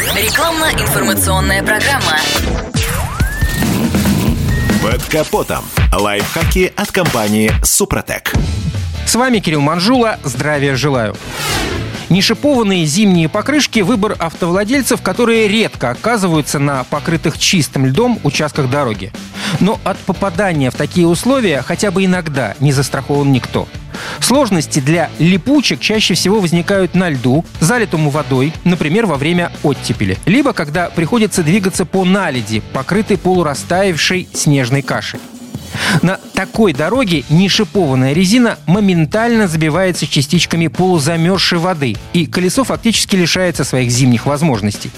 Рекламно-информационная программа. Под капотом. Лайфхаки от компании «Супротек». С вами Кирилл Манжула. Здравия желаю. Нешипованные зимние покрышки – выбор автовладельцев, которые редко оказываются на покрытых чистым льдом участках дороги. Но от попадания в такие условия хотя бы иногда не застрахован никто. Сложности для липучек чаще всего возникают на льду, залитому водой, например, во время оттепели, либо когда приходится двигаться по наледи, покрытой полурастаявшей снежной кашей. На такой дороге нешипованная резина моментально забивается частичками полузамерзшей воды, и колесо фактически лишается своих зимних возможностей.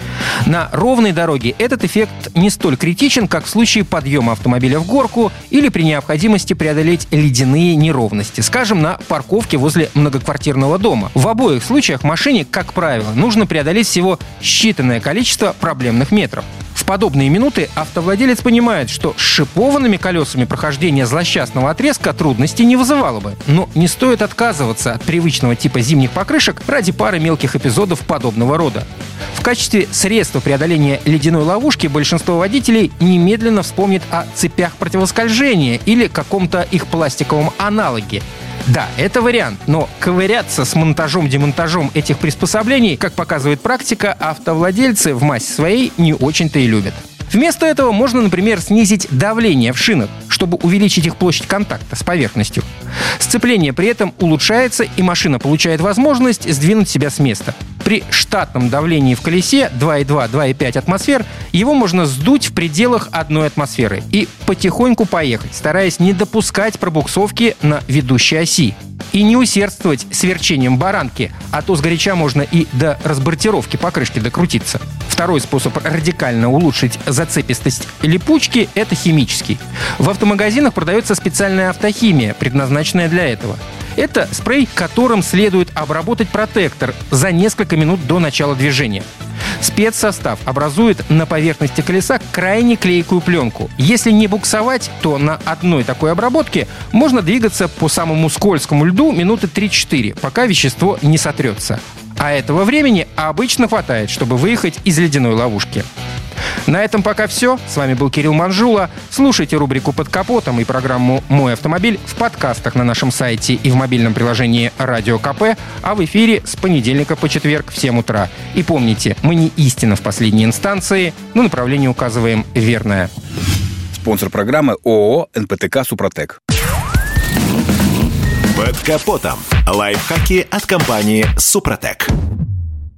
На ровной дороге этот эффект не столь критичен, как в случае подъема автомобиля в горку или при необходимости преодолеть ледяные неровности, скажем, на парковке возле многоквартирного дома. В обоих случаях машине, как правило, нужно преодолеть всего считанное количество проблемных метров. В подобные минуты автовладелец понимает, что с шипованными колесами прохождение злосчастного отрезка трудностей не вызывало бы. Но не стоит отказываться от привычного типа зимних покрышек ради пары мелких эпизодов подобного рода. В качестве средства преодоления ледяной ловушки большинство водителей немедленно вспомнит о цепях противоскольжения или каком-то их пластиковом аналоге. Да, это вариант, но ковыряться с монтажом-демонтажом этих приспособлений, как показывает практика, автовладельцы в массе своей не очень-то и любят. Вместо этого можно, например, снизить давление в шинах, чтобы увеличить их площадь контакта с поверхностью. Сцепление при этом улучшается, и машина получает возможность сдвинуть себя с места. При штатном давлении в колесе 2,2-2,5 атмосфер его можно сдуть в пределах 1 атмосферы и потихоньку поехать, стараясь не допускать пробуксовки на ведущей оси. И не усердствовать с верчением баранки, а то сгоряча можно и до разбортировки покрышки докрутиться. Второй способ радикально улучшить зацепистость липучки – это химический. В автомагазинах продается специальная автохимия, предназначенная для этого. Это спрей, которым следует обработать протектор за несколько минут до начала движения. Спецсостав образует на поверхности колеса крайне клейкую пленку. Если не буксовать, то на одной такой обработке можно двигаться по самому скользкому льду минуты 3-4, пока вещество не сотрется. А этого времени обычно хватает, чтобы выехать из ледяной ловушки. На этом пока все. С вами был Кирилл Манжула. Слушайте рубрику «Под капотом» и программу «Мой автомобиль» в подкастах на нашем сайте и в мобильном приложении «Радио КП», а в эфире с понедельника по четверг в 7 утра. И помните, мы не истина в последней инстанции, но направление указываем верное. Спонсор программы ООО «НПТК Супротек». Под капотом. Лайфхаки от компании «Супротек».